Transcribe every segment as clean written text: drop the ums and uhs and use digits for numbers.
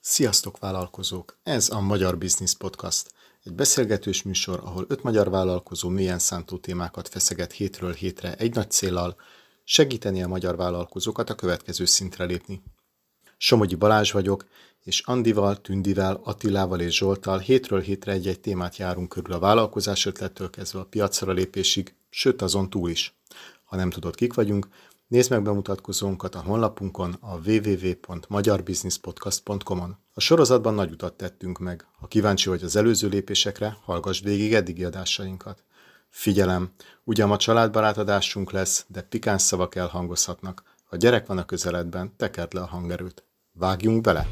Sziasztok vállalkozók! Ez a Magyar Business Podcast. Egy beszélgetős műsor, ahol 5 magyar vállalkozó mélyen szántó témákat feszeget hétről hétre egy nagy céllal, segíteni a magyar vállalkozókat a következő szintre lépni. Somogyi Balázs vagyok, és Andival, Tündivel, Attilával és Zsolttal hétről hétre egy-egy témát járunk körül a vállalkozás ötlettől kezdve a piacra lépésig, sőt azon túl is. Ha nem tudod, kik vagyunk, nézd meg bemutatkozónkat a honlapunkon, a www.magyarbusinesspodcast.com-on. A sorozatban nagy utat tettünk meg. Ha kíváncsi vagy az előző lépésekre, hallgass végig eddigi adásainkat. Figyelem, ugyan ma családbarát adásunk lesz, de pikáns szavak elhangozhatnak. Ha gyerek van a közeledben, tekerd le a hangerőt. Vágjunk bele!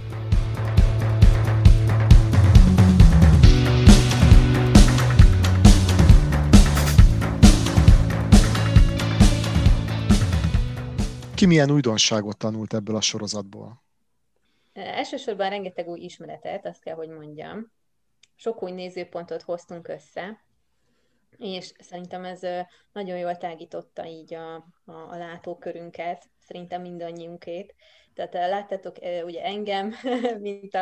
Ki milyen újdonságot tanult ebből a sorozatból? Elsősorban rengeteg új ismeretet, azt kell, hogy mondjam. Sok új nézőpontot hoztunk össze, és szerintem ez nagyon jól tágította így a látókörünket, szerintem mindannyiunkét. Tehát láttátok ugye engem, mint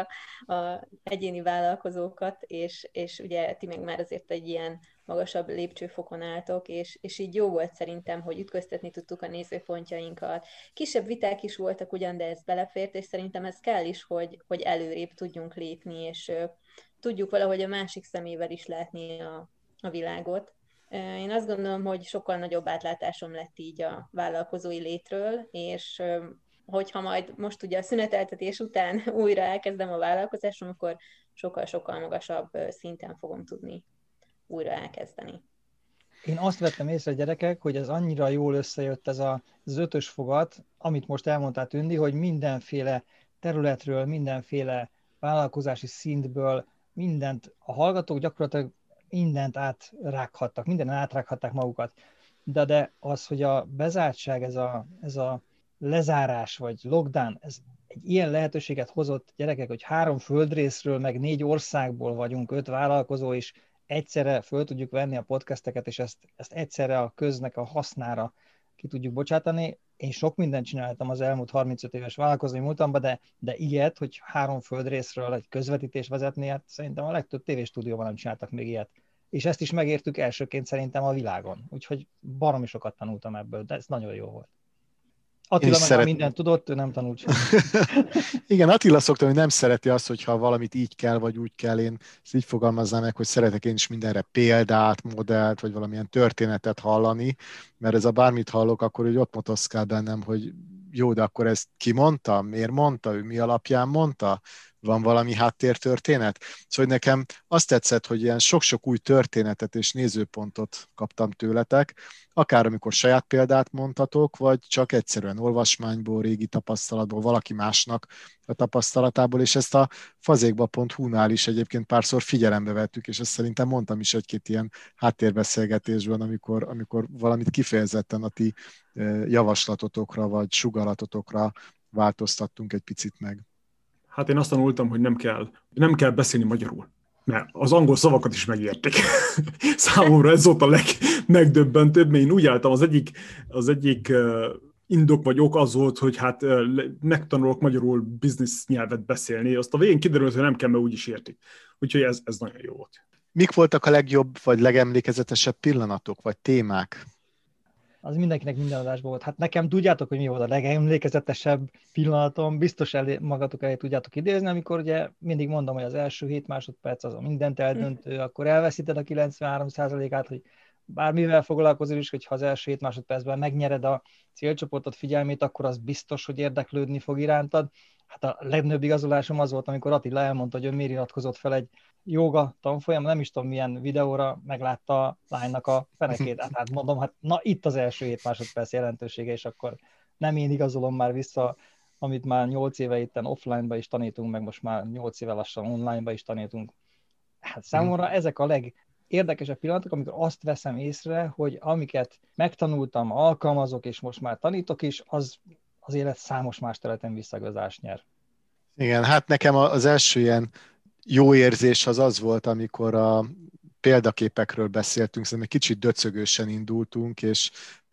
a egyéni vállalkozókat, és ugye ti meg már azért egy ilyen magasabb lépcsőfokon álltok, és így jó volt szerintem, hogy ütköztetni tudtuk a nézőpontjainkat. Kisebb viták is voltak ugyan, de ez belefért, és szerintem ez kell is, hogy előrébb tudjunk lépni, és tudjuk valahogy a másik szemével is látni a világot. Én azt gondolom, hogy sokkal nagyobb átlátásom lett így a vállalkozói létről, és hogyha majd most ugye a szüneteltetés után újra elkezdem a vállalkozásom, akkor sokkal-sokkal magasabb szinten fogom tudni újra elkezdeni. Én azt vettem észre, gyerekek, hogy ez annyira jól összejött ez az ötös fogat, amit most elmondtál, Tündi, hogy mindenféle területről, mindenféle vállalkozási szintből mindent, a hallgatók gyakorlatilag mindent átrághattak, mindenen átrághatták magukat. De az, hogy a bezártság, ez a lezárás vagy lockdown, ez egy ilyen lehetőséget hozott, gyerekek, hogy 3 földrészről, meg 4 országból vagyunk, 5 vállalkozó, és egyszerre föl tudjuk venni a podcasteket, és ezt egyszerre a köznek a hasznára ki tudjuk bocsátani. Én sok mindent csináltam az elmúlt 35 éves vállalkozói múltamban, de ilyet, hogy 3 földrészről egy közvetítést vezetni, hát szerintem a legtöbb tévéstúdióban nem csináltak még ilyet. És ezt is megértük elsőként szerintem a világon. Úgyhogy baromi sokat tanultam ebből, de ez nagyon jó volt. Attila meg mindent tudott, ő nem tanult sem. Igen, Attila szokta, hogy nem szereti azt, hogyha valamit így kell, vagy úgy kell. Én ezt így fogalmaznám meg, hogy szeretek én is mindenre példát, modellt, vagy valamilyen történetet hallani, mert ez a bármit hallok, akkor úgy ott motoszkál bennem, hogy jó, de akkor ezt ki mondta? Miért mondta? Ő mi alapján mondta? Van valami háttértörténet? Szóval nekem azt tetszett, hogy ilyen sok-sok új történetet és nézőpontot kaptam tőletek, akár amikor saját példát mondhatok, vagy csak egyszerűen olvasmányból, régi tapasztalatból, valaki másnak a tapasztalatából, és ezt a fazékba.hu-nál is egyébként párszor figyelembe vettük, és ezt szerintem mondtam is egy-két ilyen háttérbeszélgetésben, amikor valamit kifejezetten a ti javaslatotokra, vagy sugalatotokra változtattunk egy picit meg. Hát én azt tanultam, hogy nem kell beszélni magyarul, mert az angol szavakat is megértik. Számomra ez volt a legmegdöbbentőbb, mert én úgy álltam, az egyik indok vagy ok az volt, hogy hát megtanulok magyarul biznisz nyelvet beszélni, azt a végén kiderült, hogy nem kell, mert úgyis értik. Úgyhogy ez nagyon jó volt. Mik voltak a legjobb, vagy legemlékezetesebb pillanatok, vagy témák? Az mindenkinek minden adásban volt. Hát nekem tudjátok, hogy mi volt a legemlékezetesebb pillanatom, biztos magatok elé tudjátok idézni, amikor ugye mindig mondom, hogy az első 7 másodperc az a mindent eldöntő, akkor elveszíted a 93%-át, hogy bármivel foglalkozol is, hogyha az első 7 másodpercben megnyered a célcsoportot figyelmét, akkor az biztos, hogy érdeklődni fog irántad. Hát a legnagyobb igazolásom az volt, amikor Attila elmondta, hogy ő miért iratkozott fel egy jóga tanfolyam, nem is tudom milyen videóra, meglátta a lánynak a fenekét. Hát mondom, hát na itt az első 7 másodperc jelentősége, és akkor nem én igazolom már vissza, amit már 8 éve itten offline-ba is tanítunk, meg most már 8 éve lassan online-ba is tanítunk. Hát számomra ezek a legérdekesebb pillanatok, amikor azt veszem észre, hogy amiket megtanultam, alkalmazok, és most már tanítok is, az élet számos más területen visszagazást nyer. Igen, hát nekem az első ilyen jó érzés az volt, amikor a példaképekről beszéltünk, szerintem egy kicsit döcögősen indultunk, és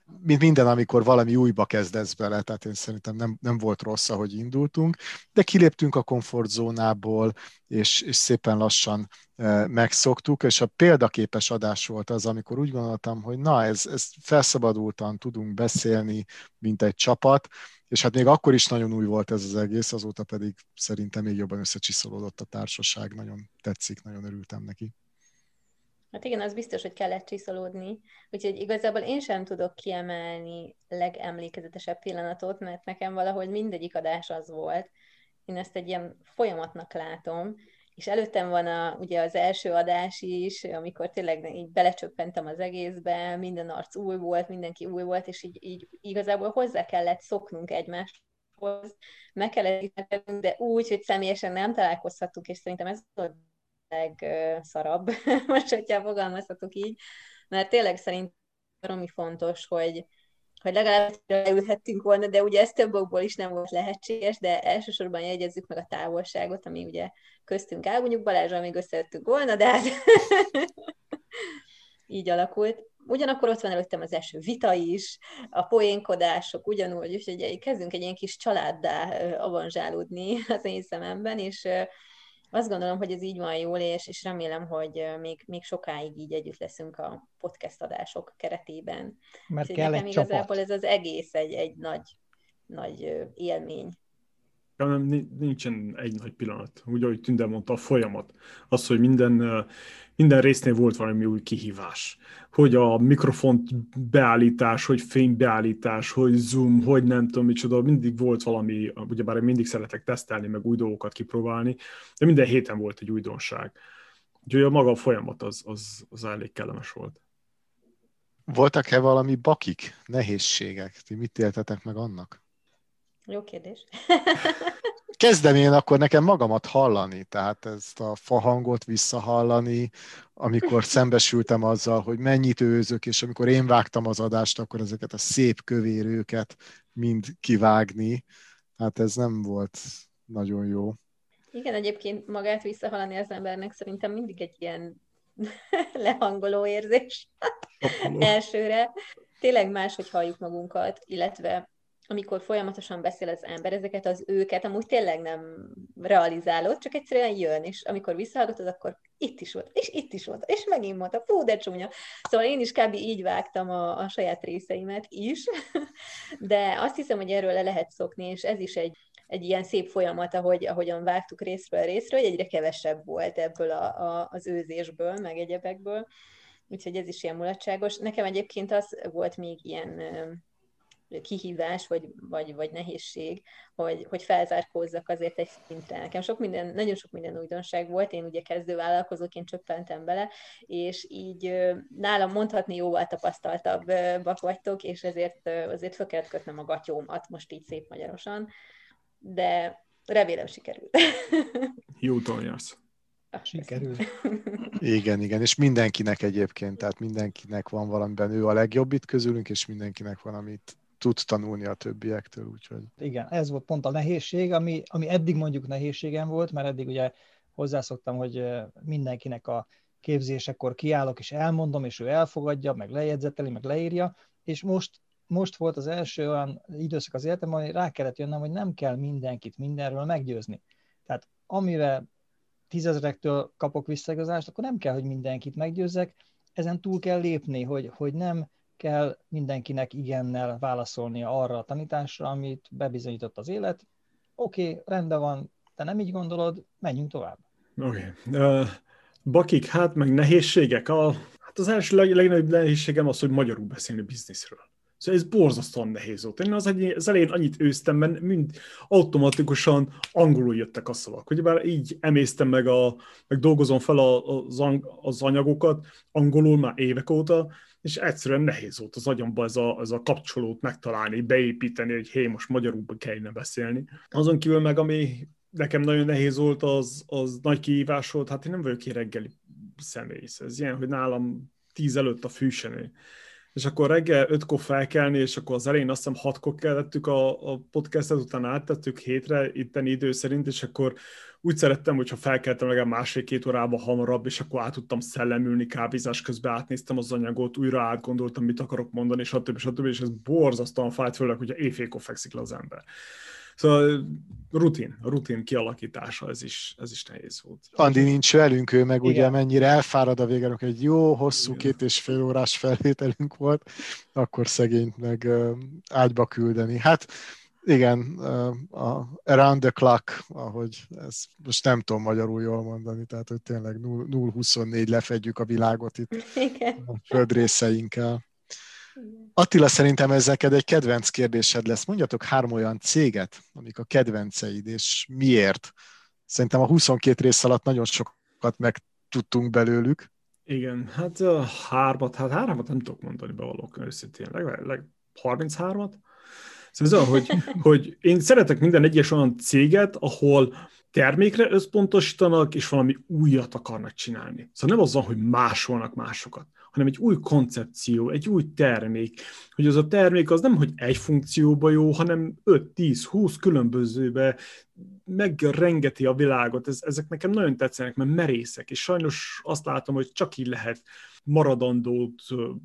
mint minden, amikor valami újba kezdesz bele, tehát én szerintem nem volt rossz, ahogy indultunk, de kiléptünk a komfortzónából, és szépen lassan megszoktuk, és a példaképes adás volt az, amikor úgy gondoltam, hogy na, ez felszabadultan tudunk beszélni, mint egy csapat, és hát még akkor is nagyon új volt ez az egész, azóta pedig szerintem még jobban összecsiszolódott a társaság, nagyon tetszik, nagyon örültem neki. Hát igen, az biztos, hogy kellett csiszolódni, úgyhogy igazából én sem tudok kiemelni legemlékezetesebb pillanatot, mert nekem valahogy mindegyik adás az volt. Én ezt egy ilyen folyamatnak látom, és előttem van ugye az első adás is, amikor tényleg így belecsöppentem az egészbe, minden arc új volt, mindenki új volt, és így igazából hozzá kellett szoknunk egymáshoz, meg kellett ismernünk, de úgy, hogy személyesen nem találkozhattunk, és szerintem ez volt legszarabb, most, hogyha fogalmazhatok így, mert tényleg szerintem baromi fontos, hogy legalább leülhettünk volna, de ugye ez több okból is nem volt lehetséges, de elsősorban jegyezzük meg a távolságot, ami ugye köztünk áll, mondjuk Balázsral még összejöttünk volna, de hát így alakult. Ugyanakkor ott van előttem az első vita is, a poénkodások ugyanúgy, úgyhogy kezdünk egy ilyen kis családdá avanzsálódni az én szememben, és azt gondolom, hogy ez így van jól, és remélem, hogy még sokáig így együtt leszünk a podcast adások keretében. Mert kell nekem egy igazából csapat. ez az egész egy nagy élmény. Nem, nincsen egy nagy pillanat. Úgy, ahogy Tünde mondta, a folyamat. Az, hogy minden résznél volt valami új kihívás. Hogy a mikrofont beállítás, hogy fénybeállítás, hogy zoom, hogy nem tudom micsoda, mindig volt valami, ugyebár én mindig szeretek tesztelni, meg új dolgokat kipróbálni, de minden héten volt egy újdonság. Úgyhogy a maga a folyamat az elég kellemes volt. Voltak-e valami bakik, nehézségek? Ti mit éltetek meg annak? Jó kérdés. Kezdem én akkor nekem magamat hallani, tehát ezt a fahangot visszahallani, amikor szembesültem azzal, hogy mennyit őzök, és amikor én vágtam az adást, akkor ezeket a szép kövérőket mind kivágni. Hát ez nem volt nagyon jó. Igen, egyébként magát visszahallani az embernek szerintem mindig egy ilyen lehangoló érzés elsőre. Tényleg máshogy halljuk magunkat, illetve amikor folyamatosan beszél az ember, ezeket az őket amúgy tényleg nem realizálod, csak egyszerűen jön, és amikor visszahallgatod, akkor itt is volt, és itt is volt, és megint mondta, fú, de csúnya. Szóval én is kb. Így vágtam a saját részeimet is, de azt hiszem, hogy erről le lehet szokni, és ez is egy ilyen szép folyamat, ahogyan vágtuk részről részről, hogy egyre kevesebb volt ebből az őzésből, meg egyebekből. Úgyhogy ez is ilyen mulatságos. Nekem egyébként az volt még ilyen kihívás, vagy nehézség, hogy felzárkózzak azért egy szintre. Nekem nagyon sok minden újdonság volt, én ugye kezdővállalkozóként csöppentem bele, és így nálam mondhatni jóval tapasztaltabbak vagytok, és azért fel kellett kötnöm a gatyómat, most így szép magyarosan, de remélem sikerült. Jó úton jársz. Sikerül. Igen, és mindenkinek egyébként, tehát mindenkinek van valamiben ő a legjobb itt közülünk, és mindenkinek van, amit tud tanulni a többiektől, úgyhogy... Igen, ez volt pont a nehézség, ami eddig mondjuk nehézségem volt, mert eddig ugye hozzászoktam, hogy mindenkinek a képzésekor kiállok és elmondom, és ő elfogadja, meg lejegyzeteli, meg leírja, és most volt az első olyan időszak az életemben, hogy rá kellett jönnöm, hogy nem kell mindenkit mindenről meggyőzni. Tehát amire 10 000-ektől kapok visszaigazolást, akkor nem kell, hogy mindenkit meggyőzzek, ezen túl kell lépni, hogy nem kell mindenkinek igennel válaszolnia arra a tanításra, amit bebizonyított az élet. Oké, rendben van, te nem így gondolod, menjünk tovább. Oké. Bakik, hát meg nehézségek. Hát az első legnagyobb nehézségem az, hogy magyarul beszélni bizniszről. Szóval ez borzasztóan nehéz volt. Én az elején annyit őztem, mert mind automatikusan angolul jöttek a szavak. Ugyebár így emésztem meg dolgozom fel az anyagokat angolul már évek óta, és egyszerűen nehéz volt az agyamba ez a kapcsolót megtalálni, beépíteni, hogy hé, most magyarul kellene beszélni. Azon kívül meg, ami nekem nagyon nehéz volt, az nagy kihívás volt, hát én nem vagyok egy reggeli személy. Ez ilyen, hogy nálam 10 előtt a fűsenő. és akkor reggel 5-kor felkelni, és akkor az elején azt hiszem 6-kor kellettük a podcastet, utána áttettük 7-re itteni idő szerint, és akkor úgy szerettem, hogyha felkeltem legalább 1,5-2 órában hamarabb, és akkor át tudtam szellemülni, kávézás közben átnéztem az anyagot, újra átgondoltam, mit akarok mondani, stb. És ez borzasztóan fájt, főleg, hogyha éjfélkor fekszik le az ember. Szóval a rutin kialakítása, ez is nehéz volt. Andi nincs velünk, ő meg Igen. ugye mennyire elfárad a végén, egy jó, hosszú 2,5 órás felvételünk volt, akkor szegényt meg ágyba küldeni. Hát igen, a around the clock, ahogy ezt most nem tudom magyarul jól mondani, tehát hogy tényleg 0-24 lefedjük a világot itt Igen. a földrészeinkkel. Attila, szerintem ez neked egy kedvenc kérdésed lesz. Mondjatok 3 olyan céget, amik a kedvenceid, és miért? Szerintem a 22 rész alatt nagyon sokat megtudtunk belőlük. Igen, hát hármat nem tudok mondani, bevallok őszintén. Legalább 33-at. Szóval ez olyan, hogy én szeretek minden egyes olyan céget, ahol termékre összpontosítanak, és valami újat akarnak csinálni. Szóval nem az van, hogy másolnak másokat, hanem egy új koncepció, egy új termék, hogy az a termék az nem, hogy egy funkcióba jó, hanem 5-10-20 különbözőbe megrengeti a világot. Ezek nekem nagyon tetszenek, mert merészek, és sajnos azt látom, hogy csak így lehet maradandót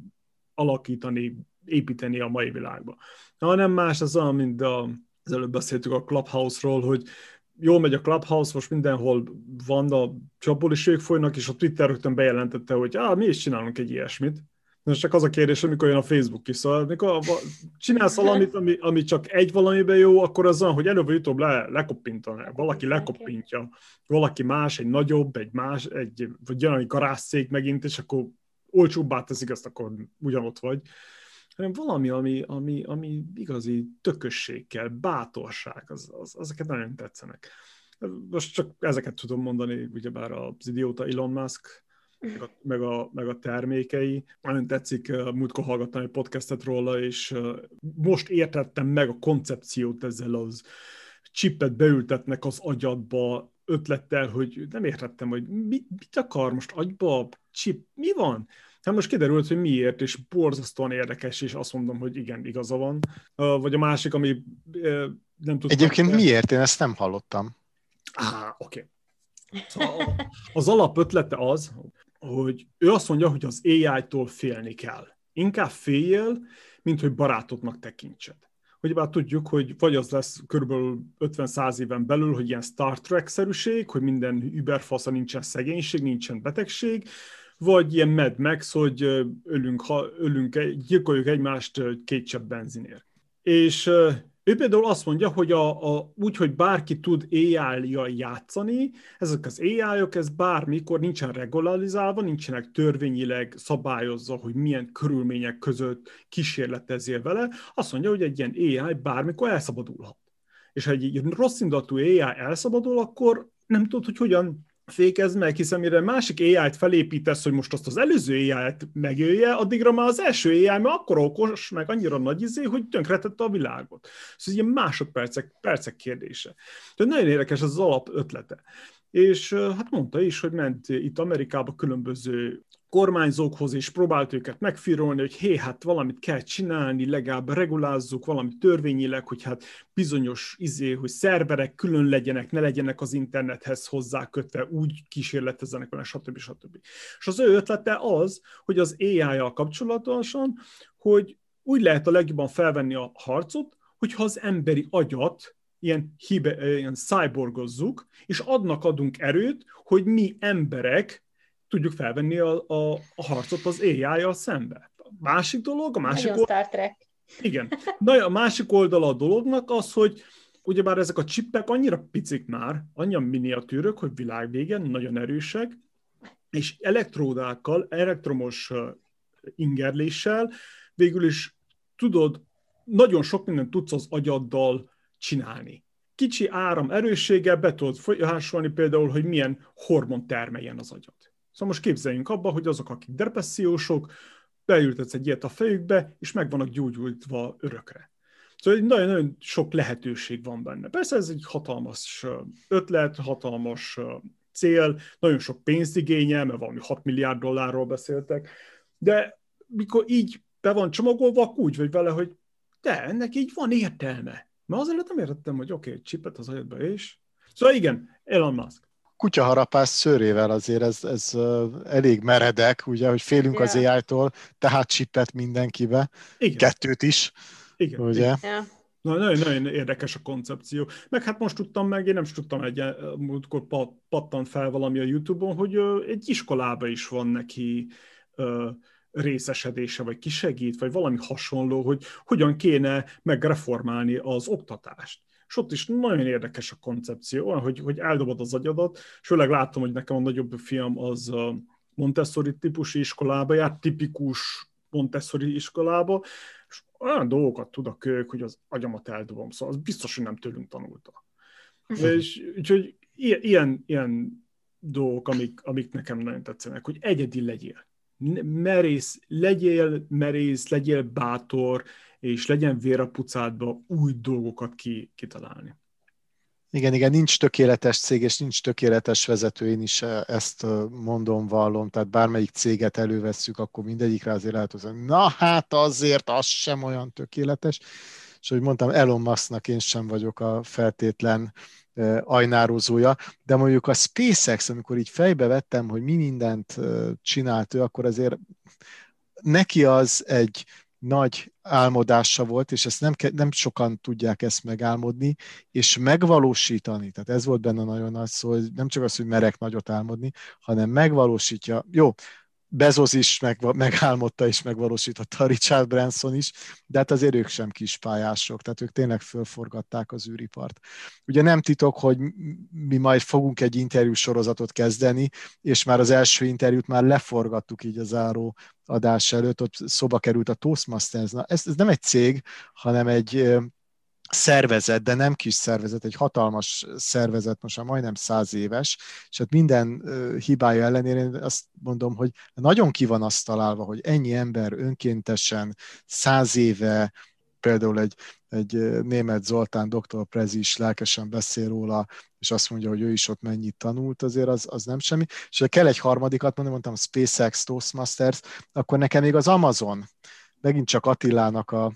alakítani, építeni a mai világban. Na, nem más, az olyan, mint az előbb beszéltük a Clubhouse-ról, hogy jól megy a Clubhouse, most mindenhol van, a csapból is ők folynak, és a Twitter rögtön bejelentette, hogy mi is csinálunk egy ilyesmit. Most csak az a kérdés, amikor jön a Facebook is. Szóval, amikor csinálsz valamit, ami csak egy valamiben jó, akkor az olyan, hogy előbb vagy utóbb lekoppintaná. Valaki lekoppintja, valaki más, egy nagyobb, vagy olyan, egy garázszék megint, és akkor olcsóbbá teszik, azt akkor ugyanott vagy. Hanem valami, ami igazi tökösség kell, bátorság, ezeket nagyon tetszenek. Most csak ezeket tudom mondani, ugyebár az idióta Elon Musk, meg a termékei. Nagyon tetszik, múltkor hallgattam egy podcastet róla, és most értettem meg a koncepciót ezzel az chipet beültetnek az agyadba ötlettel, hogy nem értettem, hogy mit akar most agyba, chip, mi van? Hát most kiderült, hogy miért, és borzasztóan érdekes, és azt mondom, hogy igen, igaza van. Vagy a másik, ami nem tudtam. Egyébként miért? Én ezt nem hallottam. Oké. Szóval az alapötlete az, hogy ő azt mondja, hogy az AI-tól félni kell. Inkább féljél, mint hogy barátodnak tekintsed. Ugyebár tudjuk, hogy vagy az lesz kb. 50-100 éven belül, hogy ilyen Star Trek-szerűség, hogy minden überfasza, nincsen szegénység, nincsen betegség, vagy ilyen Mad Max, hogy gyilkoljuk egymást 2 csepp benzinért. És ő például azt mondja, hogy úgy, hogy bárki tud AI-jal játszani, ezek az AI-ok, ez bármikor nincsen regularizálva, nincsenek törvényileg szabályozva, hogy milyen körülmények között kísérletezél vele. Azt mondja, hogy egy ilyen AI bármikor elszabadulhat. És ha egy rossz indulatú AI elszabadul, akkor nem tudod, hogy hogyan fékezd meg, hiszen mire másik AI-t felépítesz, hogy most azt az előző AI-t megölje, addigra már az első AI, mert akkor okos, meg annyira nagy hogy tönkretette a világot. Szóval ilyen percek kérdése. Tehát nagyon érdekes az alap ötlete. És hát mondta is, hogy ment itt Amerikába különböző kormányzókhoz, és próbált őket megfirolni, hogy hát valamit kell csinálni, legalább regulázzuk valami törvényileg, hogy hát bizonyos hogy szerverek külön legyenek, ne legyenek az internethez hozzákötve, úgy kísérletezzenek vele, stb. És az ő ötlete az, hogy az AI-jal kapcsolatosan, hogy úgy lehet a legjobban felvenni a harcot, hogyha az emberi agyat ilyen cyborgozzuk, és adunk erőt, hogy mi emberek tudjuk felvenni a harcot az AI-jal szembe. Másik dolog, Star Trek. Igen. A másik oldala a dolognak az, hogy ugyebár ezek a csippek annyira picik már, annyira miniatűrök, hogy világvégen nagyon erősek, és elektródákkal, elektromos ingerléssel végül is tudod, nagyon sok mindent tudsz az agyaddal csinálni. Kicsi áram erősséggel be tudod folyásolni például, hogy milyen hormon termeljen az agyad. Szóval most képzeljünk abba, hogy azok, akik depressziósok, beültetsz egy ilyet a fejükbe, és meg vannak gyógyultva örökre. Szóval nagyon-nagyon sok lehetőség van benne. Persze ez egy hatalmas ötlet, hatalmas cél, nagyon sok pénzt igényel, mert valami $6 milliárd beszéltek, de mikor így be van csomagolva, úgy vagy vele, hogy de, ennek így van értelme. Mert azért nem értettem, hogy oké, csipet az agyadba és... Szóval igen, Elon Musk. Kutyaharapás szőrével azért ez elég meredek, ugye, hogy félünk az AI-tól, tehát csipet mindenkibe, Igen. 2 is, igen, ugye? Igen. Ja. Nagyon érdekes a koncepció. Meg hát most tudtam meg, én nem is tudtam, múltkor pattant fel valami a YouTube-on, hogy egy iskolába is van neki részesedése, vagy kisegít, vagy valami hasonló, hogy hogyan kéne megreformálni az oktatást. És ott is nagyon érdekes a koncepció, olyan, hogy eldobod az agyadat, és főleg látom, hogy nekem a nagyobb fiam az Montessori típusú iskolába járt, tipikus Montessori iskolába, és olyan dolgokat tud a kölyök, hogy az agyamat eldobom, szóval az biztos, hogy nem tőlünk tanulta. És úgyhogy ilyen dolgok, amik nekem nagyon tetszenek, hogy egyedi legyél. Legyél merész, legyél bátor, és legyen vér a pucádba új dolgokat kitalálni. Igen, nincs tökéletes cég, és nincs tökéletes vezető, én is ezt mondom, vallom, tehát bármelyik céget elővesszük, akkor mindegyikre azért lehet hozni, na hát azért az sem olyan tökéletes, és ahogy mondtam, Elon Musknak én sem vagyok a feltétlen ajnározója, de mondjuk a SpaceX, amikor így fejbe vettem, hogy mi mindent csinált ő, akkor azért neki az egy nagy álmodása volt, és ezt nem sokan tudják ezt megálmodni, és megvalósítani. Tehát ez volt benne nagyon nagy szó, hogy nem csak az, hogy merek nagyot álmodni, hanem megvalósítja. Jó, Bezos is megálmodta és megvalósította, a Richard Branson is, de hát azért ők sem kispályások, tehát ők tényleg fölforgatták az űripart. Ugye nem titok, hogy mi majd fogunk egy interjú sorozatot kezdeni, és már az első interjút már leforgattuk így a záró adás előtt, ott szóba került a Toastmasters. Na, ez nem egy cég, hanem egy szervezet, de nem kis szervezet, egy hatalmas szervezet, most már majdnem 100 éves, és hát minden hibája ellenére én azt mondom, hogy nagyon ki van azt találva, hogy ennyi ember önkéntesen 100 éve, például egy német Zoltán doktor Prezi is lelkesen beszél róla, és azt mondja, hogy ő is ott mennyit tanult, azért az nem semmi. És ha kell egy harmadikat mondtam, SpaceX, Toastmasters, akkor nekem még az Amazon, megint csak Attilának a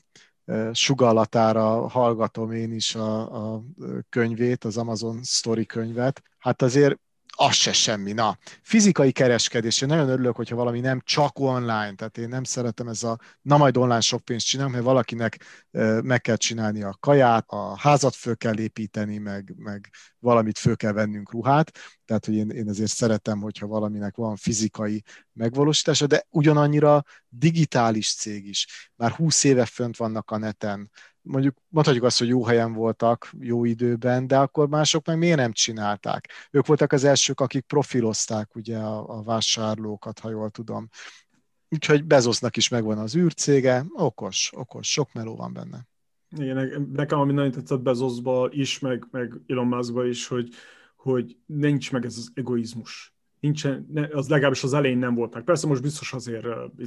sugallatára hallgatom én is a könyvét, az Amazon Story könyvet. Hát azért az se semmi. Na, fizikai kereskedés. Én nagyon örülök, hogyha valami nem csak online, tehát én nem szeretem majd online sok pénzt csinálni, mert valakinek meg kell csinálni a kaját, a házat föl kell építeni, meg valamit föl kell vennünk ruhát, tehát hogy én azért szeretem, hogyha valaminek van fizikai megvalósítása, de ugyanannyira digitális cég is. Már 20 éve fönt vannak a neten. Mondjuk mondhatjuk azt, hogy jó helyen voltak, jó időben, de akkor mások meg miért nem csinálták? Ők voltak az elsők, akik profilozták ugye a vásárlókat, ha jól tudom. Úgyhogy Bezosnak is megvan az űrcége, okos, sok meló van benne. Igen, nekem ami nagyon tetszett Bezosba is, meg Elon Muskba is, hogy nincs meg ez az egoizmus. Az legalábbis az elején nem volt meg. Persze most biztos azért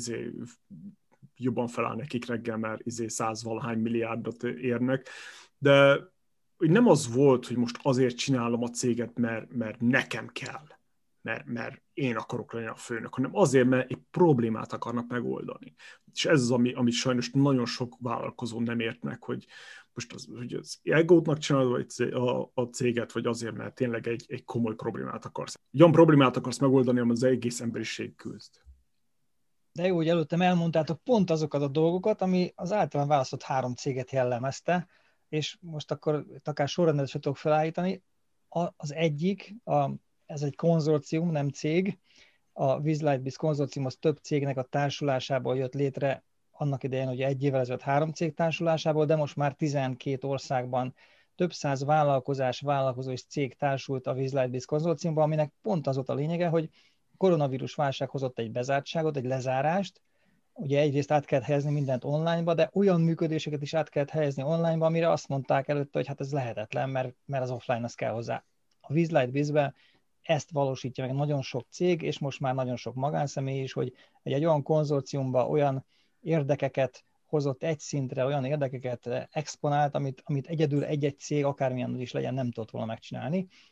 jobban feláll nekik reggel, mert 100-valahány milliárdot érnek, de nem az volt, hogy most azért csinálom a céget, mert nekem kell, mert én akarok lenni a főnök, hanem azért, mert egy problémát akarnak megoldani. És ez az, ami sajnos nagyon sok vállalkozó nem ért meg, hogy most hogy az egótnak csinálod a céget, vagy azért, mert tényleg egy komoly problémát akarsz. Egy olyan problémát akarsz megoldani, ami az egész emberiség küzd. De jó, hogy előttem elmondtátok pont azokat a dolgokat, ami az általán választott 3 céget jellemezte, és most akkor akár sorrendet se tudok felállítani. Az egyik, ez egy konzorcium, nem cég, a WizLightBiz konzorcium az több cégnek a társulásából jött létre, annak idején ugye 1 évvel ezelőtt 3 cég társulásából, de most már 12 országban több száz vállalkozó és cég társult a WizLightBiz konzorciumban, aminek pont az volt a lényege, hogy koronavírus válság hozott egy bezártságot, egy lezárást, ugye egyrészt át kellett helyezni mindent onlineba, de olyan működéseket is át kellett helyezni onlineba, amire azt mondták előtte, hogy hát ez lehetetlen, mert az offline az kell hozzá. A WizLightBizben ezt valósítja meg nagyon sok cég, és most már nagyon sok magánszemély is, hogy egy olyan konzorciumban olyan érdekeket hozott egy szintre, olyan érdekeket exponált, amit egyedül egy-egy cég, akármilyen is legyen, nem tudott volna megcsinálni.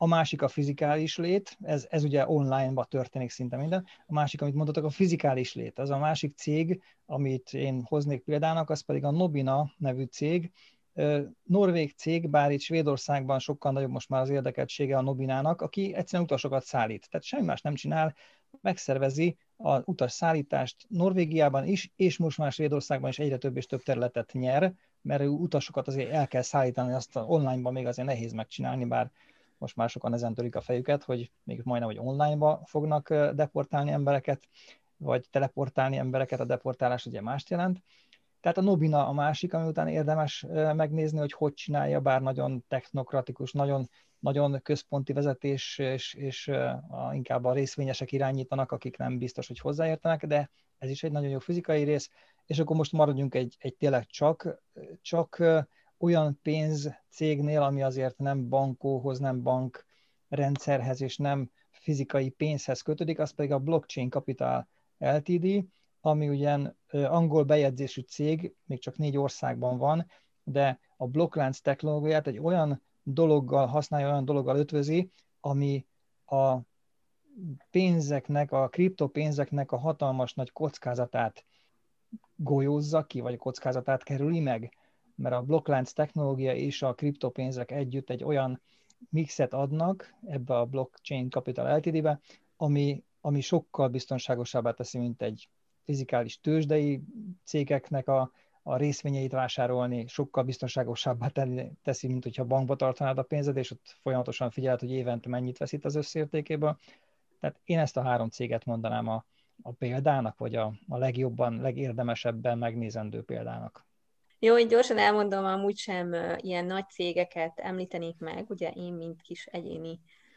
A másik a fizikális lét, ez ugye online-ban történik szinte minden. A másik, amit mondtatok, a fizikális lét. Az a másik cég, amit én hoznék példának, az pedig a Nobina nevű cég. Norvég cég, bár itt Svédországban sokkal nagyobb most már az érdekeltsége a Nobinának, aki egyszerűen utasokat szállít. Tehát semmi más nem csinál, megszervezi az utasszállítást Norvégiában is, és most már Svédországban is egyre több és több területet nyer, mert utasokat azért el kell szállítani, azt online-ban még azért nehéz megcsinálni, bár most már sokan ezen törik a fejüket, hogy még majdnem, hogy online-ba fognak deportálni embereket, vagy teleportálni embereket, a deportálás ugye mást jelent. Tehát a Nobina a másik, ami után érdemes megnézni, hogy csinálja, bár nagyon technokratikus, nagyon központi vezetés, és inkább a részvényesek irányítanak, akik nem biztos, hogy hozzáértenek, de ez is egy nagyon jó fizikai rész. És akkor most maradjunk egy tényleg csak olyan pénzcégnél, ami azért nem bankóhoz, nem bankrendszerhez, és nem fizikai pénzhez kötődik, az pedig a Blockchain Capital Ltd., ami ugyan angol bejegyzésű cég, még csak 4 országban van, de a blokklánc technológiát egy olyan dologgal használja, olyan dologgal ötvözi, ami a pénzeknek, a kriptopénzeknek a hatalmas nagy kockázatát golyózza ki, vagy kockázatát kerüli meg. Mert a blokklánc technológia és a kriptopénzek együtt egy olyan mixet adnak ebbe a Blockchain Capital Ltd-be, ami sokkal biztonságosabbá teszi, mint egy fizikális tőzsdei cégeknek a részvényeit vásárolni, sokkal biztonságosabbá teszi, mint hogyha bankba tartanád a pénzed, és ott folyamatosan figyeled, hogy évente mennyit veszít az összértékéből. Tehát én ezt a 3 céget mondanám a példának, vagy a legjobban, legérdemesebben megnézendő példának. Jó, én gyorsan elmondom, amúgy sem ilyen nagy cégeket említenék meg, ugye én, mint kis egyéni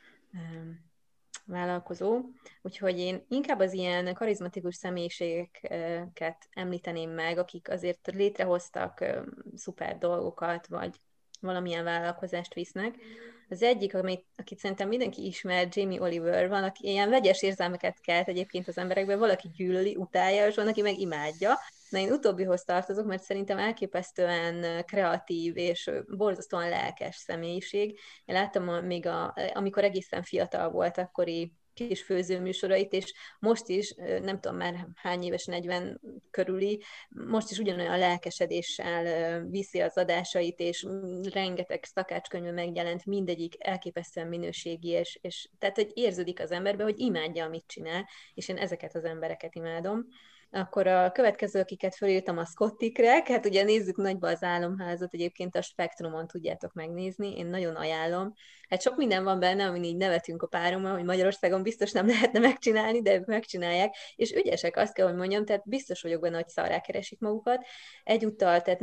vállalkozó, úgyhogy én inkább az ilyen karizmatikus személyiségeket említeném meg, akik azért létrehoztak szuper dolgokat, vagy valamilyen vállalkozást visznek. Az egyik, akit szerintem mindenki ismer, Jamie Oliver, van, aki ilyen vegyes érzelmeket kelt egyébként az emberekben, valaki gyűlöli, utálja, és van, aki meg imádja. Na, én utóbbihoz tartozok, mert szerintem elképesztően kreatív és borzasztóan lelkes személyiség. Én láttam még amikor egészen fiatal volt, akkori kis főzőműsorait, és most is, nem tudom már hány éves, 40 körüli, most is ugyanolyan lelkesedéssel viszi az adásait, és rengeteg szakácskönyv megjelent, mindegyik elképesztően minőségi, és tehát, hogy érződik az emberbe, hogy imádja, amit csinál, és én ezeket az embereket imádom. Akkor a következő, akiket fölírtam, a Scottikrek, hát ugye nézzük nagyba az Álomházat, egyébként a Spektrumon tudjátok megnézni, én nagyon ajánlom. Hát sok minden van benne, amin így nevetünk a párommal, hogy Magyarországon biztos nem lehetne megcsinálni, de ők megcsinálják, és ügyesek, azt kell, hogy mondjam, tehát biztos vagyok benne, hogy szarrá keresik magukat. Egyúttal, tehát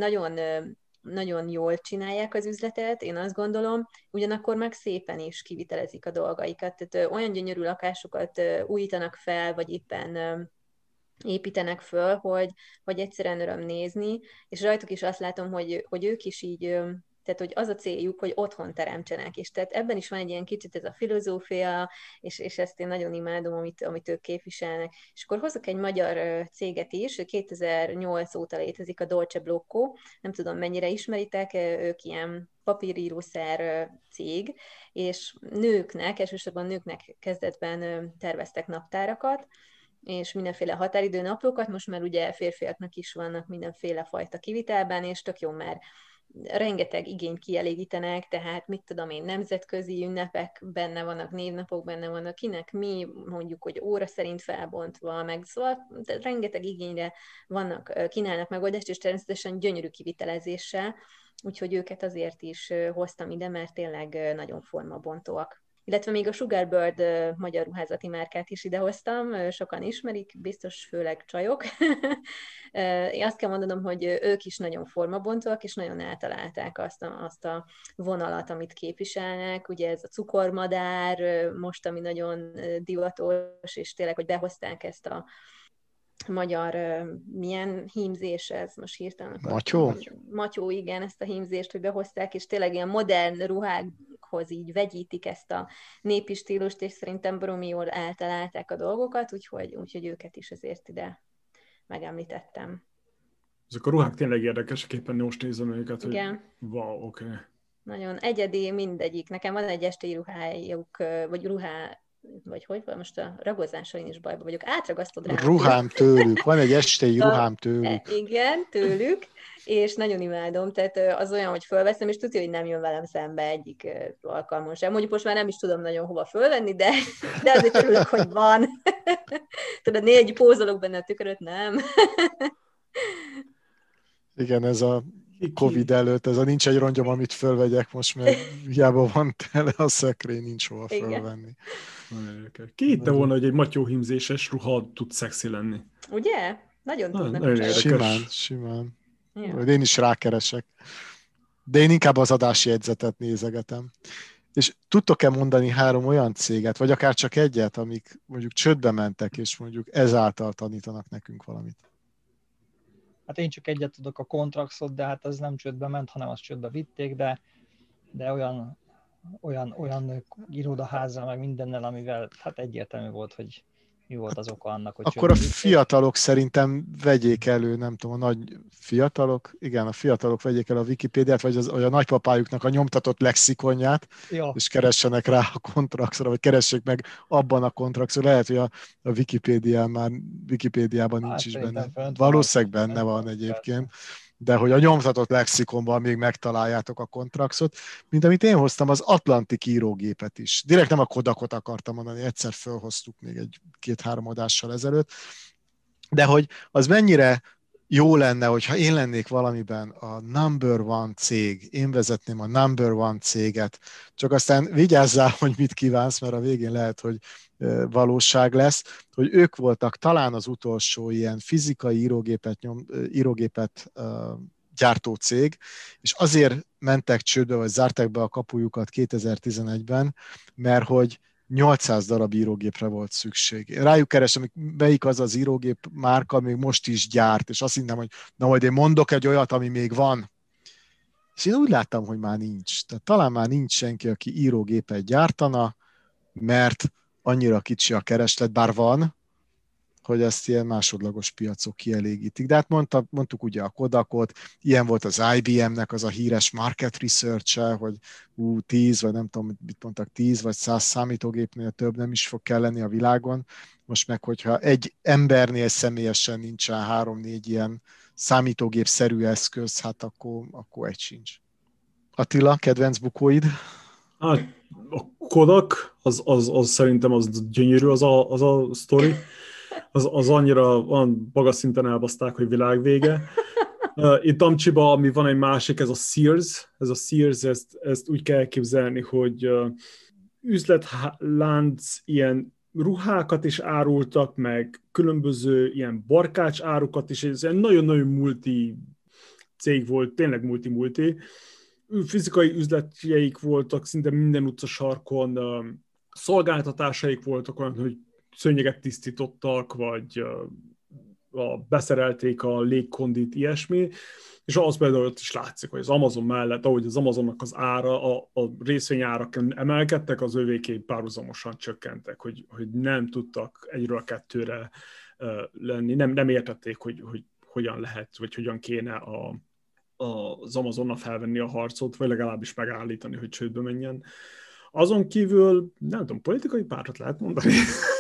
nagyon jól csinálják az üzletet, én azt gondolom, ugyanakkor meg szépen is kivitelezik a dolgaikat, tehát olyan gyönyörű lakásokat újítanak fel, vagy éppen építenek föl, hogy egyszerűen öröm nézni, és rajtuk is azt látom, hogy ők is így, tehát hogy az a céljuk, hogy otthon teremtsenek, és tehát ebben is van egy ilyen kicsit ez a filozófia, és ezt én nagyon imádom, amit ők képviselnek. És akkor hozok egy magyar céget is, 2008 óta létezik a Dolce Blocco, nem tudom mennyire ismeritek, ők ilyen papírírószer cég, és elsősorban nőknek kezdetben terveztek naptárakat, és mindenféle határidő naplókat, most már ugye férfiaknak is vannak mindenféle fajta kivitelben, és tök jó, mert rengeteg igényt kielégítenek, tehát mit tudom én, nemzetközi ünnepek benne vannak, névnapok benne vannak, kinek mi, mondjuk, hogy óra szerint felbontva, meg szóval rengeteg igényre kínálnak megoldást, és természetesen gyönyörű kivitelezéssel, úgyhogy őket azért is hoztam ide, mert tényleg nagyon formabontóak. Illetve még a Sugarbird magyar ruházati márkát is idehoztam, sokan ismerik, biztos főleg csajok. Én azt kell mondanom, hogy ők is nagyon formabontóak, és nagyon eltalálták azt a vonalat, amit képviselnek. Ugye ez a cukormadár, most ami nagyon divatos, és tényleg, hogy behozták ezt a magyar, milyen hímzés ez most hirtelen? Matyó? Matyó, igen, ezt a hímzést, hogy behozták, és tényleg ilyen modern ruhákhoz így vegyítik ezt a népi stílust, és szerintem baromi jól eltalálták a dolgokat, úgyhogy őket is azért ide megemlítettem. Ezek a ruhák tényleg érdekesek, éppen most nézem őket, igen. Hogy wow, oké. nagyon egyedi mindegyik. Nekem van egy esti ruhájuk, vagy hogy van, most a ragozással én is bajba vagyok. Átragasztod rá. Ruhám tőlük, van egy estei ruhám tőlük. Igen, tőlük, és nagyon imádom, tehát az olyan, hogy fölveszem, és tudja, hogy nem jön velem szembe egyik alkalmon sem. Mondjuk most már nem is tudom nagyon hova fölvenni, de azért örülök, hogy van. Tudod, négy pózolok benne a tükröt, nem? Igen, ez a Covid előtt, ez a nincs egy rongyom, amit fölvegyek most, mert hiába van tele a szekrény, nincs hova fölvenni. Ki hitte volna, hogy egy matyóhímzéses ruha tud szexi lenni? Ugye? Nagyon tudnak. Simán. Ja. Én is rákeresek. De én inkább az adási jegyzetet nézegetem. És tudtok-e mondani 3 olyan céget, vagy akár csak egyet, amik mondjuk csődbe mentek, és mondjuk ezáltal tanítanak nekünk valamit? Hát én csak egyet tudok, a Contraxot, de hát az nem csődbe ment, hanem azt csődbe vitték, de olyan irodaházzal, meg mindennel, amivel hát egyértelmű volt, hogy mi volt az oka annak, hogy akkor a fiatalok szerintem vegyék elő, nem tudom, a nagy fiatalok, igen, a fiatalok vegyék el a Wikipédiát, vagy a nagypapájuknak a nyomtatott lexikonját, és keressenek rá a Contraxra, vagy keressék meg abban a Contraxra. Lehet, hogy a Wikipédiában nincs is benne. Valószínűleg benne van egyébként. De hogy a nyomtatott lexikonban még megtaláljátok a Contraxot, mint amit én hoztam, az Atlantik írógépet is. Direkt nem a Kodakot akartam mondani, egyszer fölhoztuk még egy 2-3 adással ezelőtt, de hogy az mennyire jó lenne, hogyha én lennék valamiben a number one cég, én vezetném a number one céget, csak aztán vigyázzál, hogy mit kívánsz, mert a végén lehet, hogy valóság lesz, hogy ők voltak talán az utolsó ilyen fizikai írógépet gyártó cég, és azért mentek csődbe, vagy zárták be a kapujukat 2011-ben, mert hogy 800 darab írógépre volt szükség. Rájuk keresem, melyik az az írógép márka, még most is gyárt, és azt hittem, hogy na majd én mondok egy olyat, ami még van. És én úgy láttam, hogy már nincs. Tehát talán már nincs senki, aki írógépet gyártana, mert annyira kicsi a kereslet, bár van, hogy ezt ilyen másodlagos piacok kielégítik. De hát mondtuk ugye a Kodakot, ilyen volt az IBM-nek az a híres market research-e, hogy 10, vagy nem tudom, mit mondtak, 10 vagy 100 számítógépnél több nem is fog kelleni a világon. Most meg, hogyha egy embernél személyesen nincsen 3-4 ilyen számítógép-szerű eszköz, hát akkor egy sincs. Attila, kedvenc bukóid? Hát a Kodak, az szerintem az gyönyörű az a sztori. Az annyira van magas szinten elbaszták, hogy világvége. Itt Amcsiba, ami van egy másik, ez a Sears, ezt úgy kell elképzelni, hogy üzletlánc ilyen ruhákat is árultak, meg különböző ilyen barkács árukat is, ez egy nagyon-nagyon multi cég volt, tényleg multi. Fizikai üzletjeik voltak szinte minden utcasarkon, szolgáltatásaik voltak olyan, hogy szőnyeget tisztítottak, vagy beszerelték a légkondit, ilyesmi, és az például ott is látszik, hogy az Amazon mellett, ahogy az Amazonnak az ára, a részvényárak emelkedtek, az övéké párhuzamosan csökkentek, hogy nem tudtak egyről kettőre lenni, nem értették, hogy hogyan lehet, vagy hogyan kéne az Amazonnal felvenni a harcot, vagy legalábbis megállítani, hogy csődbe menjen. Azon kívül, nem tudom, politikai pártot lehet mondani?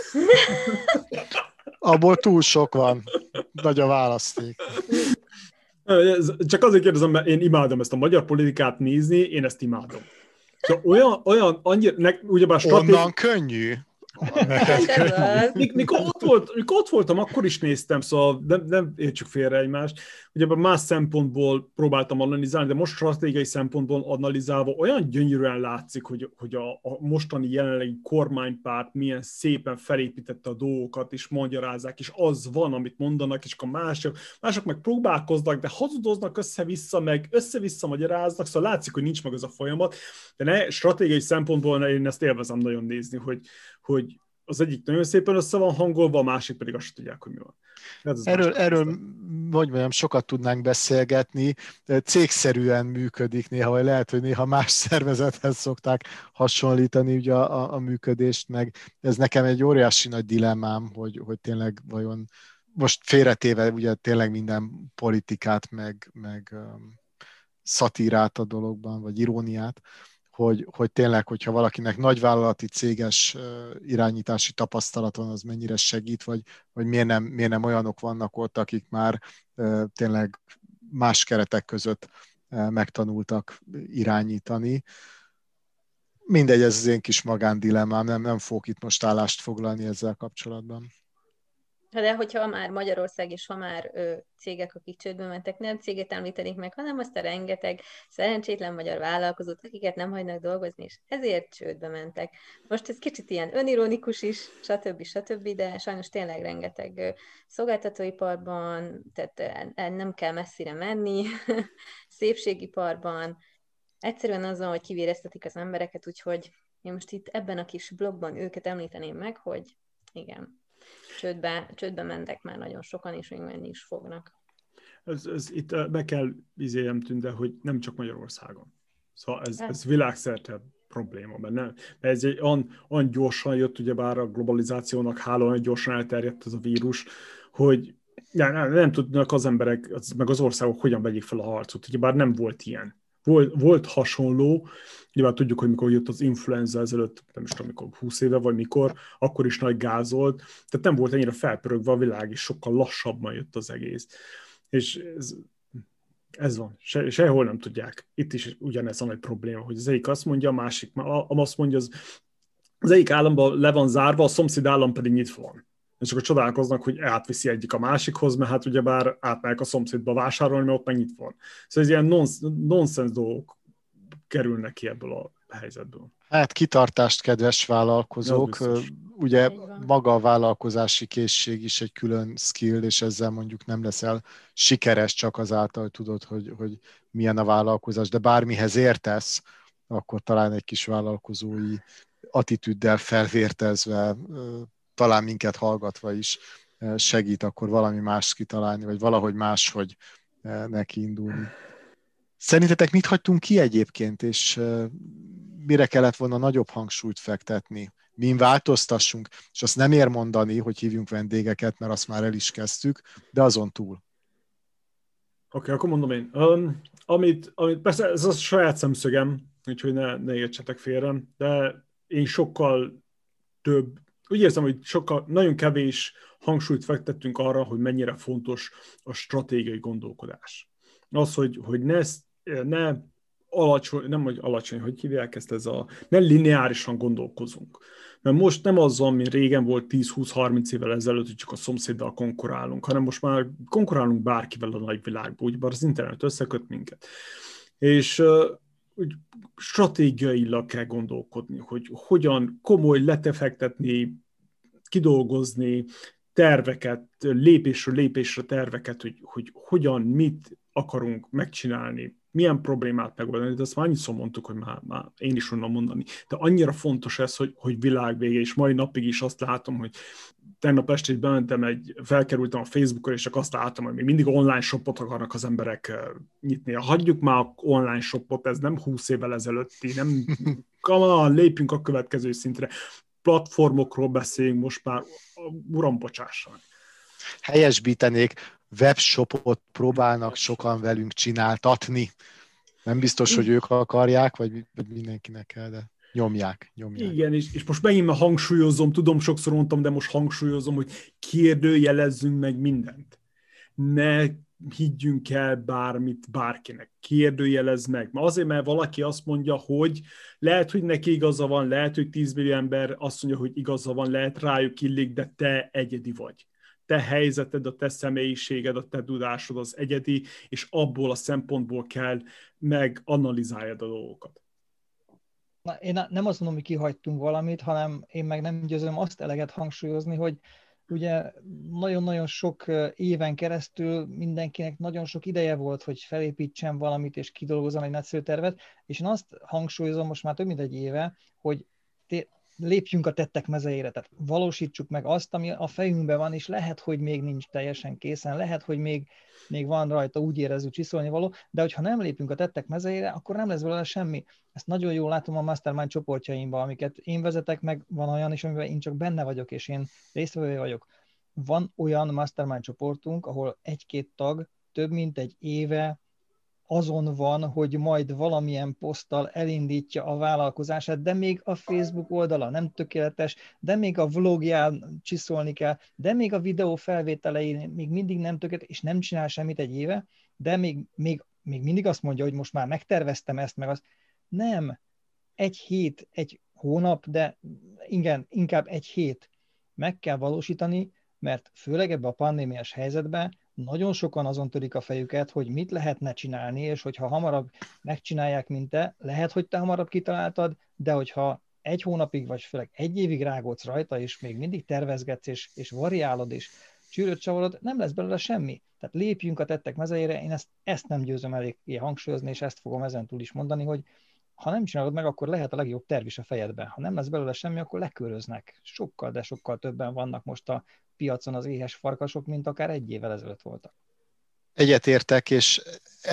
Abból túl sok van. Nagy a választék. Csak azért kérdezem, mert én imádom ezt a magyar politikát nézni, én ezt imádom. Szóval olyan annyira, ugyebár onnan könnyű. Mikor ott voltam, akkor is néztem, szóval nem értsük félre egymást. Ugyebár más szempontból próbáltam analizálni, de most stratégiai szempontból analizálva olyan gyönyörűen látszik, hogy a mostani jelenlegi kormánypárt milyen szépen felépítette a dolgokat, és magyarázzák, és az van, amit mondanak, és akkor mások meg próbálkoznak, de hazudoznak össze-vissza, meg össze-vissza magyaráznak, szóval látszik, hogy nincs meg az a folyamat, de stratégiai szempontból én ezt élvezem nagyon nézni, hogy az egyik nagyon szépen össze van hangolva, a másik pedig azt tudják, hogy mi van. Erről hogy mondjam, sokat tudnánk beszélgetni, cégszerűen működik néha, vagy lehet, hogy néha más szervezethez szokták hasonlítani ugye a működést, meg ez nekem egy óriási nagy dilemmám, hogy tényleg vajon most félretéve ugye tényleg minden politikát, meg szatírát a dologban, vagy iróniát, hogy tényleg, hogyha valakinek nagyvállalati céges irányítási tapasztalat van, az mennyire segít, vagy miért nem olyanok vannak ott, akik már tényleg más keretek között megtanultak irányítani. Mindegy, ez az én kis magándilemmám, nem fogok itt most állást foglalni ezzel kapcsolatban. De hogyha már Magyarország, és ha már cégek, akik csődbe mentek, nem céget említenék meg, hanem azt a rengeteg szerencsétlen magyar vállalkozót, akiket nem hagynak dolgozni, és ezért csődbe mentek. Most ez kicsit ilyen önironikus is, stb., de sajnos tényleg rengeteg szolgáltatóiparban, tehát nem kell messzire menni, szépségiparban, egyszerűen azon, hogy kivéreztetik az embereket, úgyhogy én most itt ebben a kis blogban őket említeném meg, hogy igen, csődbe mentek már nagyon sokan, és még menni is fognak. Ez itt be kell izéljem tűnde, hogy nem csak Magyarországon. Szóval ez világszerte probléma, mert ez egy olyan gyorsan jött, ugyebár a globalizációnak hála, olyan gyorsan elterjedt ez a vírus, hogy nem tudnak az emberek, meg az országok hogyan vegyék fel a harcot, ugyebár nem volt ilyen. Volt hasonló, nyilván tudjuk, hogy mikor jött az influenza ezelőtt, nem is tudom, mikor 20 éve, vagy mikor, akkor is nagy gáz volt, tehát nem volt ennyire felpörögve a világ, és sokkal lassabban jött az egész. És ez van, sehol nem tudják. Itt is ugyanez a nagy probléma, hogy az egyik azt mondja, a másik azt mondja, az egyik államban le van zárva, a szomszéd állam pedig nyitva van. És akkor csodálkoznak, hogy átviszi egyik a másikhoz, mert hát ugyebár átmegyek a szomszédba vásárolni, mert ott meg nyitva van. Szóval ez ilyen nonsens dolgok kerülnek ki ebből a helyzetből. Hát kitartást, kedves vállalkozók. Ugye maga a vállalkozási készség is egy külön skill, és ezzel mondjuk nem leszel sikeres csak azáltal, hogy tudod, hogy milyen a vállalkozás, de bármihez értesz, akkor talán egy kis vállalkozói attitűddel felvértezve, talán minket hallgatva is segít akkor valami mást kitalálni, vagy valahogy máshogy neki indulni. Szerintetek mit hagytunk ki egyébként, és mire kellett volna nagyobb hangsúlyt fektetni? Min változtassunk, és azt nem ér mondani, hogy hívjunk vendégeket, mert azt már el is kezdtük, de azon túl. Oké, akkor mondom én. Amit persze ez a saját szemszögem, úgyhogy ne értsetek félre, de én sokkal több, úgy érzem, hogy nagyon kevés hangsúlyt fektettünk arra, hogy mennyire fontos a stratégiai gondolkodás. Az, hogy ne alacsony, nem hogy alacsony, hogy hívják ezt, ne lineárisan gondolkozunk. Mert most nem az van, mint régen volt 10-20-30 évvel ezelőtt, hogy csak a szomszéddal konkurálunk, hanem most már konkurálunk bárkivel a nagyvilágban, úgy bár az internet összeköt minket. És úgy stratégiailag kell gondolkodni, hogy hogyan komoly letefektetni, kidolgozni terveket, lépésről lépésre terveket, hogy hogyan, mit akarunk megcsinálni, milyen problémát megoldani, de azt már annyiszor mondtuk, hogy már én is onnan mondani. De annyira fontos ez, hogy világvége, és mai napig is azt látom, hogy tegnap este bementem, felkerültem a Facebookon, és csak azt látom, hogy még mindig online shopot akarnak az emberek nyitni. Hagyjuk már a online shopot, ez nem 20 évvel ezelőtti, nem, lépjünk a következő szintre. Platformokról beszéljünk most már, uram, bocsássanak. Helyesbítenék, webshopot próbálnak sokan velünk csináltatni. Nem biztos, hogy ők akarják, vagy mindenkinek kell, de nyomják. Igen, és most megint hangsúlyozom, tudom, sokszor mondtam, de most hangsúlyozom, hogy kérdőjelezzünk meg mindent. Ne higgyünk el bármit bárkinek. Kérdőjelezz meg. Mert valaki azt mondja, hogy lehet, hogy neki igaza van, lehet, hogy 10 millió ember azt mondja, hogy igaza van, lehet rájuk illik, de te egyedi vagy. Te helyzeted, a te személyiséged, a te tudásod az egyedi, és abból a szempontból kell meganalizáljad a dolgokat. Na, én nem azt mondom, hogy kihagytunk valamit, hanem én meg nem győzöm azt eleget hangsúlyozni, hogy ugye nagyon-nagyon sok éven keresztül mindenkinek nagyon sok ideje volt, hogy felépítsen valamit és kidolgozzon egy nagyszerű tervet, és én azt hangsúlyozom most már több mint egy éve, hogy lépjünk a tettek mezeire, tehát valósítsuk meg azt, ami a fejünkben van, és lehet, hogy még nincs teljesen készen, lehet, hogy még van rajta, úgy érezzük, csiszolni való, de hogyha nem lépünk a tettek mezeire, akkor nem lesz belőle semmi. Ezt nagyon jól látom a Mastermind csoportjaimban, amiket én vezetek, meg van olyan is, amiben én csak benne vagyok, és én résztvevő vagyok. Van olyan Mastermind csoportunk, ahol 1-2 tag több mint egy éve azon van, hogy majd valamilyen poszttal elindítja a vállalkozását, de még a Facebook oldala nem tökéletes, de még a vlogján csiszolni kell, de még a videó felvételein még mindig nem tökéletes, és nem csinál semmit egy éve, de még mindig azt mondja, hogy most már megterveztem ezt, meg azt. Nem. Egy hét, egy hónap, de igen, inkább egy hét meg kell valósítani, mert főleg ebben a pandémiás helyzetben nagyon sokan azon törik a fejüket, hogy mit lehetne csinálni, és hogyha hamarabb megcsinálják, mint te, lehet, hogy te hamarabb kitaláltad, de hogyha egy hónapig, vagy főleg egy évig rágódsz rajta, és még mindig tervezgetsz, és variálod, és csűröt csavarod, nem lesz belőle semmi. Tehát lépjünk a tettek mezeire, én ezt nem győzöm elég hangsúlyozni, és ezt fogom ezentúl is mondani, hogy ha nem csinálod meg, akkor lehet a legjobb terv is a fejedben. Ha nem lesz belőle semmi, akkor leköröznek. Sokkal, de sokkal többen vannak most a piacon az éhes farkasok, mint akár egy évvel ezelőtt voltak. Egyetértek, és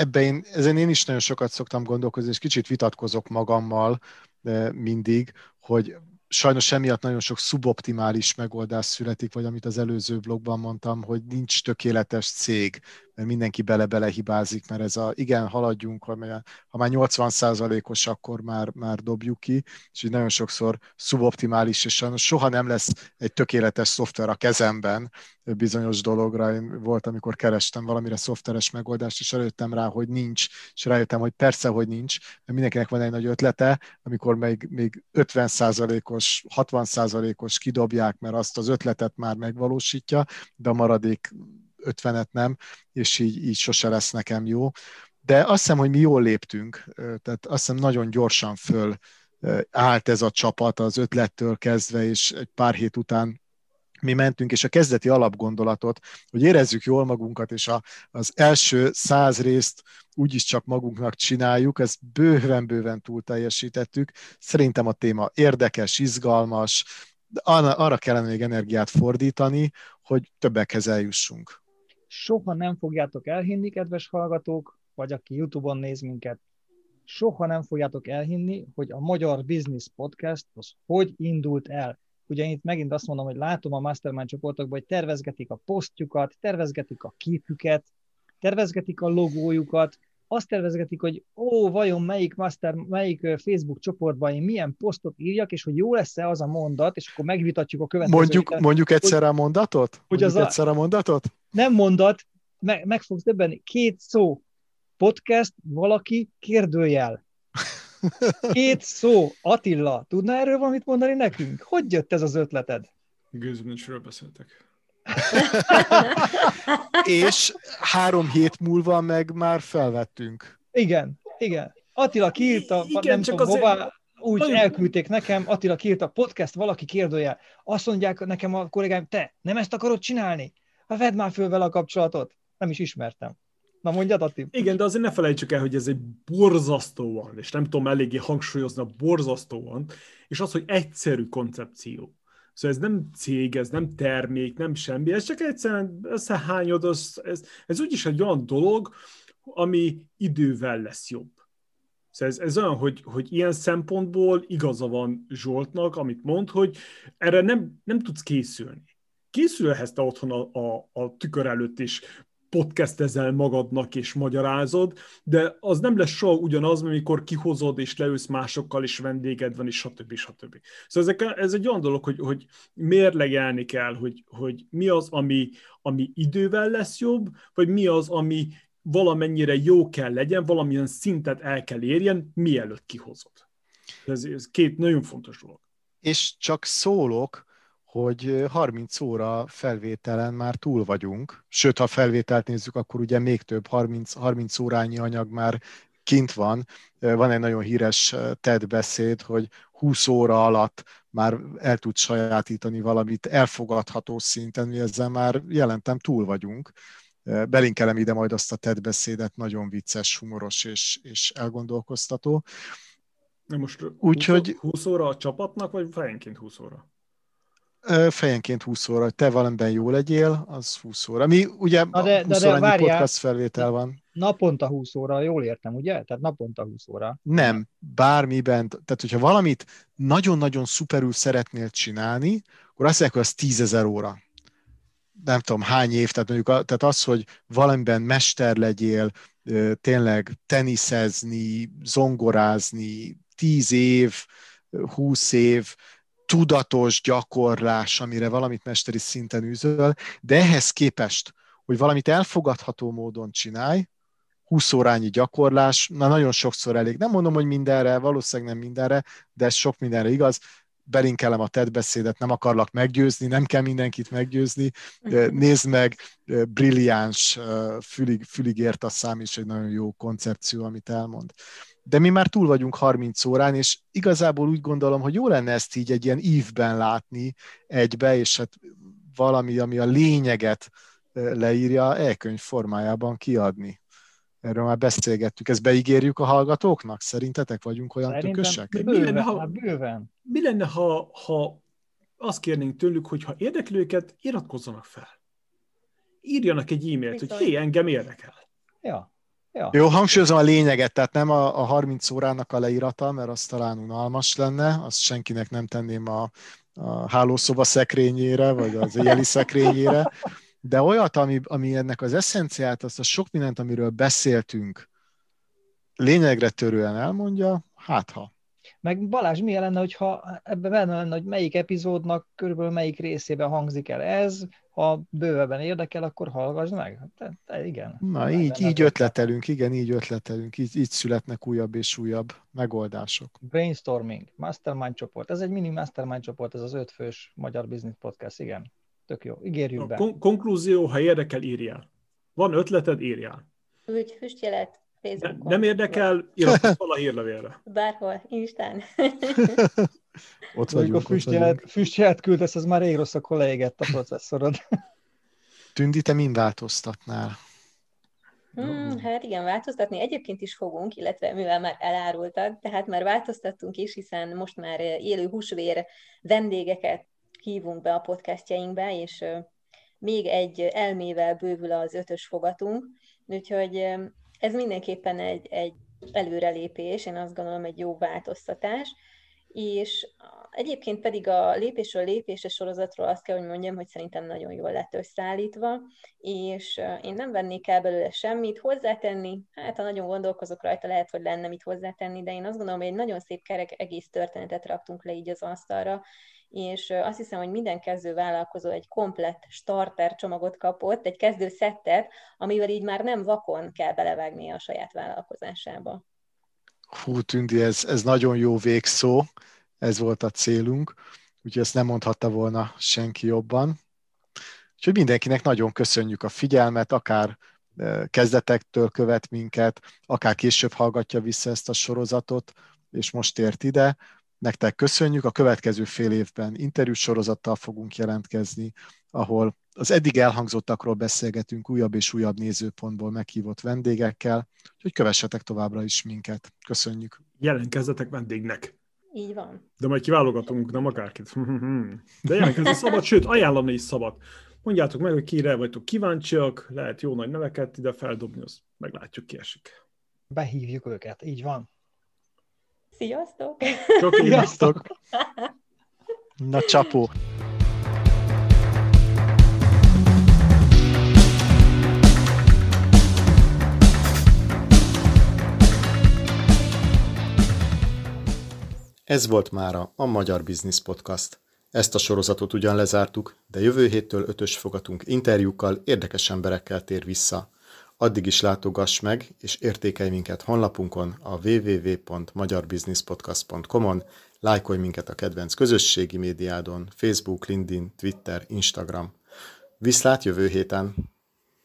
ezen én is nagyon sokat szoktam gondolkozni, és kicsit vitatkozok magammal mindig, hogy sajnos emiatt nagyon sok szuboptimális megoldás születik, vagy amit az előző blogban mondtam, hogy nincs tökéletes cég, mert mindenki bele-bele hibázik, mert igen, haladjunk, ha már 80%-os, akkor már dobjuk ki, és így nagyon sokszor szuboptimális, és sajnos soha nem lesz egy tökéletes szoftver a kezemben bizonyos dologra. Én volt, amikor kerestem valamire szoftveres megoldást, és előttem rá, hogy nincs, és rájöttem, hogy persze, hogy nincs, mert mindenkinek van egy nagy ötlete, amikor még 50%-os, 60%-os kidobják, mert azt az ötletet már megvalósítja, de a maradék 50-et nem, és így sose lesz nekem jó. De azt hiszem, hogy mi jól léptünk, tehát azt hiszem nagyon gyorsan föl állt ez a csapat az ötlettől kezdve, és egy pár hét után mi mentünk, és a kezdeti alapgondolatot, hogy érezzük jól magunkat, és az első 100 részt úgyis csak magunknak csináljuk, ezt bőven túl teljesítettük. Szerintem a téma érdekes, izgalmas, de arra kellene még energiát fordítani, hogy többekhez eljussunk. Soha nem fogjátok elhinni, kedves hallgatók, vagy aki YouTube-on néz minket, soha nem fogjátok elhinni, hogy a Magyar Business Podcast az hogy indult el. Ugye itt megint azt mondom, hogy látom a Mastermind csoportokban, hogy tervezgetik a posztjukat, tervezgetik a képüket, tervezgetik a logójukat, azt tervezgetik, hogy vajon melyik Facebook csoportban én milyen posztot írjak, és hogy jó lesz-e az a mondat, és akkor megvitatjuk a következő. Mondjuk egyszerre a mondatot? A mondatot? Nem mondat, meg fogsz döbbenni. 2 szó. Podcast, valaki, kérdőjel. 2 szó. Attila, tudná erről valamit mondani nekünk? Hogy jött ez az ötleted? Gőzmöncsről beszéltek. És 3 hét múlva meg már felvettünk. Igen. Attila kiírta, nem tudom hová, úgy elküldték nekem, Attila kiírta, podcast, valaki kérdőjel. Azt mondják nekem a kollégáim, te nem ezt akarod csinálni? Vedd már föl vele a kapcsolatot. Nem is ismertem. Na mondjad, Attila. Igen, de azért ne felejtsük el, hogy ez egy borzasztóan, és nem tudom eléggé hangsúlyozni, borzasztóan, és az, hogy egyszerű koncepció. Szóval ez nem cég, ez nem termék, nem semmi, ez csak egyszerűen összehányod, ez úgyis egy olyan dolog, ami idővel lesz jobb. Szóval ez olyan, hogy ilyen szempontból igaza van Zsoltnak, amit mond, hogy erre nem tudsz készülni. Készülhetsz te otthon a tükör előtt is, podcastezel magadnak és magyarázod, de az nem lesz soha ugyanaz, amikor kihozod és leülsz másokkal, és vendéged van, és stb. Szóval ez egy olyan dolog, hogy mérlegelni kell, hogy mi az, ami idővel lesz jobb, vagy mi az, ami valamennyire jó kell legyen, valamilyen szintet el kell érjen, mielőtt kihozod. Ez 2 nagyon fontos dolog. És csak szólok, hogy 30 óra felvételen már túl vagyunk. Sőt, ha felvételt nézzük, akkor ugye még több, 30 órányi anyag már kint van. Van egy nagyon híres TED beszéd, hogy 20 óra alatt már el tud sajátítani valamit elfogadható szinten, mi ezzel már jelentem túl vagyunk. Belinkelem ide majd azt a TED beszédet, nagyon vicces, humoros és elgondolkoztató. Na most Úgyhogy 20 óra a csapatnak, vagy fejenként 20 óra? Fejenként 20 óra, hogy te valamiben jó legyél, az 20 óra. Mi ugye 20 órányi podcast felvétel van. Naponta 20 óra, jól értem, ugye? Tehát naponta 20 óra. Nem, bármiben. Tehát, hogyha valamit nagyon-nagyon szuperül szeretnél csinálni, akkor azt mondják, hogy az 10 000 óra. Nem tudom, hány év, tehát mondjuk tehát az, hogy valamiben mester legyél, tényleg teniszezni, zongorázni, 10 év, 20 év, tudatos gyakorlás, amire valamit mesteri szinten űzöl, de ehhez képest, hogy valamit elfogadható módon csinálj, 20 órányi gyakorlás, nagyon sokszor elég. Nem mondom, hogy mindenre, valószínűleg nem mindenre, de ez sok mindenre igaz. Belinkelem a TED beszédet, nem akarlak meggyőzni, nem kell mindenkit meggyőzni. Nézd meg, brilliáns, fülig ért a szám, és egy nagyon jó koncepció, amit elmond. De mi már túl vagyunk 30 órán, és igazából úgy gondolom, hogy jó lenne ezt így egy ilyen ívben látni egybe, és hát valami, ami a lényeget leírja, e-könyv formájában kiadni. Erről már beszélgettük. Ezt beígérjük a hallgatóknak? Szerintetek vagyunk olyan tökösek? Bőven. Mi lenne, ha azt kérnénk tőlük, hogy ha érdekel őket, iratkozzanak fel. Írjanak egy e-mailt, hogy hé, engem érdekel. Ja. Jó, hangsúlyozom a lényeget, tehát nem a 30 órának a leírata, mert az talán unalmas lenne, azt senkinek nem tenném a hálószoba szekrényére, vagy az éjjeli szekrényére, de olyat, ami ennek az eszenciát, azt a sok mindent, amiről beszéltünk, lényegre törően elmondja, hát ha. Meg Balázs, milyen lenne, hogyha ebben benne lenne, hogy melyik epizódnak körülbelül melyik részében hangzik el ez, ha bővebben érdekel, akkor hallgass meg. Igen. Na, így ötletelünk, így születnek újabb és újabb megoldások. Brainstorming, mastermind csoport. Ez egy mini mastermind csoport, ez az 5 fős magyar business podcast, igen. Tök jó, ígérjük be. Konklúzió, ha érdekel, írjál. Van ötleted, írjál. Füstjelet Facebookon. Nem érdekel, iratkozz fel a hírlevélre. Bárhol, Instán. Ott vagyunk. Füstjelet küldesz, az már rég rossz, akkor leégett a processzorod. Tündi, te mind változtatnál? Hát igen, változtatni egyébként is fogunk, illetve mivel már elárultad, tehát már változtattunk is, hiszen most már élő húsvér vendégeket hívunk be a podcastjainkbe, és még egy elmével bővül az 5-ös fogatunk, úgyhogy ez mindenképpen egy előrelépés, én azt gondolom egy jó változtatás, és egyébként pedig a lépésről lépésre sorozatról azt kell, hogy mondjam, hogy szerintem nagyon jól lett összeállítva, és én nem vennék el belőle semmit hozzátenni, hát ha nagyon gondolkozok rajta, lehet, hogy lenne mit hozzátenni, de én azt gondolom, hogy egy nagyon szép kerek egész történetet raktunk le így az asztalra, és azt hiszem, hogy minden kezdő vállalkozó egy komplett starter csomagot kapott, egy kezdő szettet, amivel így már nem vakon kell belevágnia a saját vállalkozásába. Hú, Tündi, ez nagyon jó végszó, ez volt a célunk, úgyhogy ezt nem mondhatta volna senki jobban. Úgyhogy mindenkinek nagyon köszönjük a figyelmet, akár kezdetektől követ minket, akár később hallgatja vissza ezt a sorozatot, és most ért ide. Nektek köszönjük, a következő fél évben interjúsorozattal fogunk jelentkezni, ahol az eddig elhangzottakról beszélgetünk újabb és újabb nézőpontból meghívott vendégekkel, úgyhogy kövessetek továbbra is minket. Köszönjük. Jelentkezzetek vendégnek. Így van. De majd kiválogatunk, nem akárkit. De jelentkezni szabad, sőt, ajánlani is szabad. Mondjátok meg, hogy kire vagytok kíváncsiak, lehet jó nagy neveket ide feldobni, azt meglátjuk, ki esik. Behívjuk őket, így van. Sziasztok! Sziasztok! Na, csapó! Ez volt mára a Magyar Business Podcast. Ezt a sorozatot ugyan lezártuk, de jövő héttől 5-ös fogatunk interjúkkal, érdekes emberekkel tér vissza. Addig is látogass meg, és értékelj minket honlapunkon a www.magyarbusinesspodcast.com-on, lájkolj minket a kedvenc közösségi médiádon, Facebook, LinkedIn, Twitter, Instagram. Viszlát jövő héten!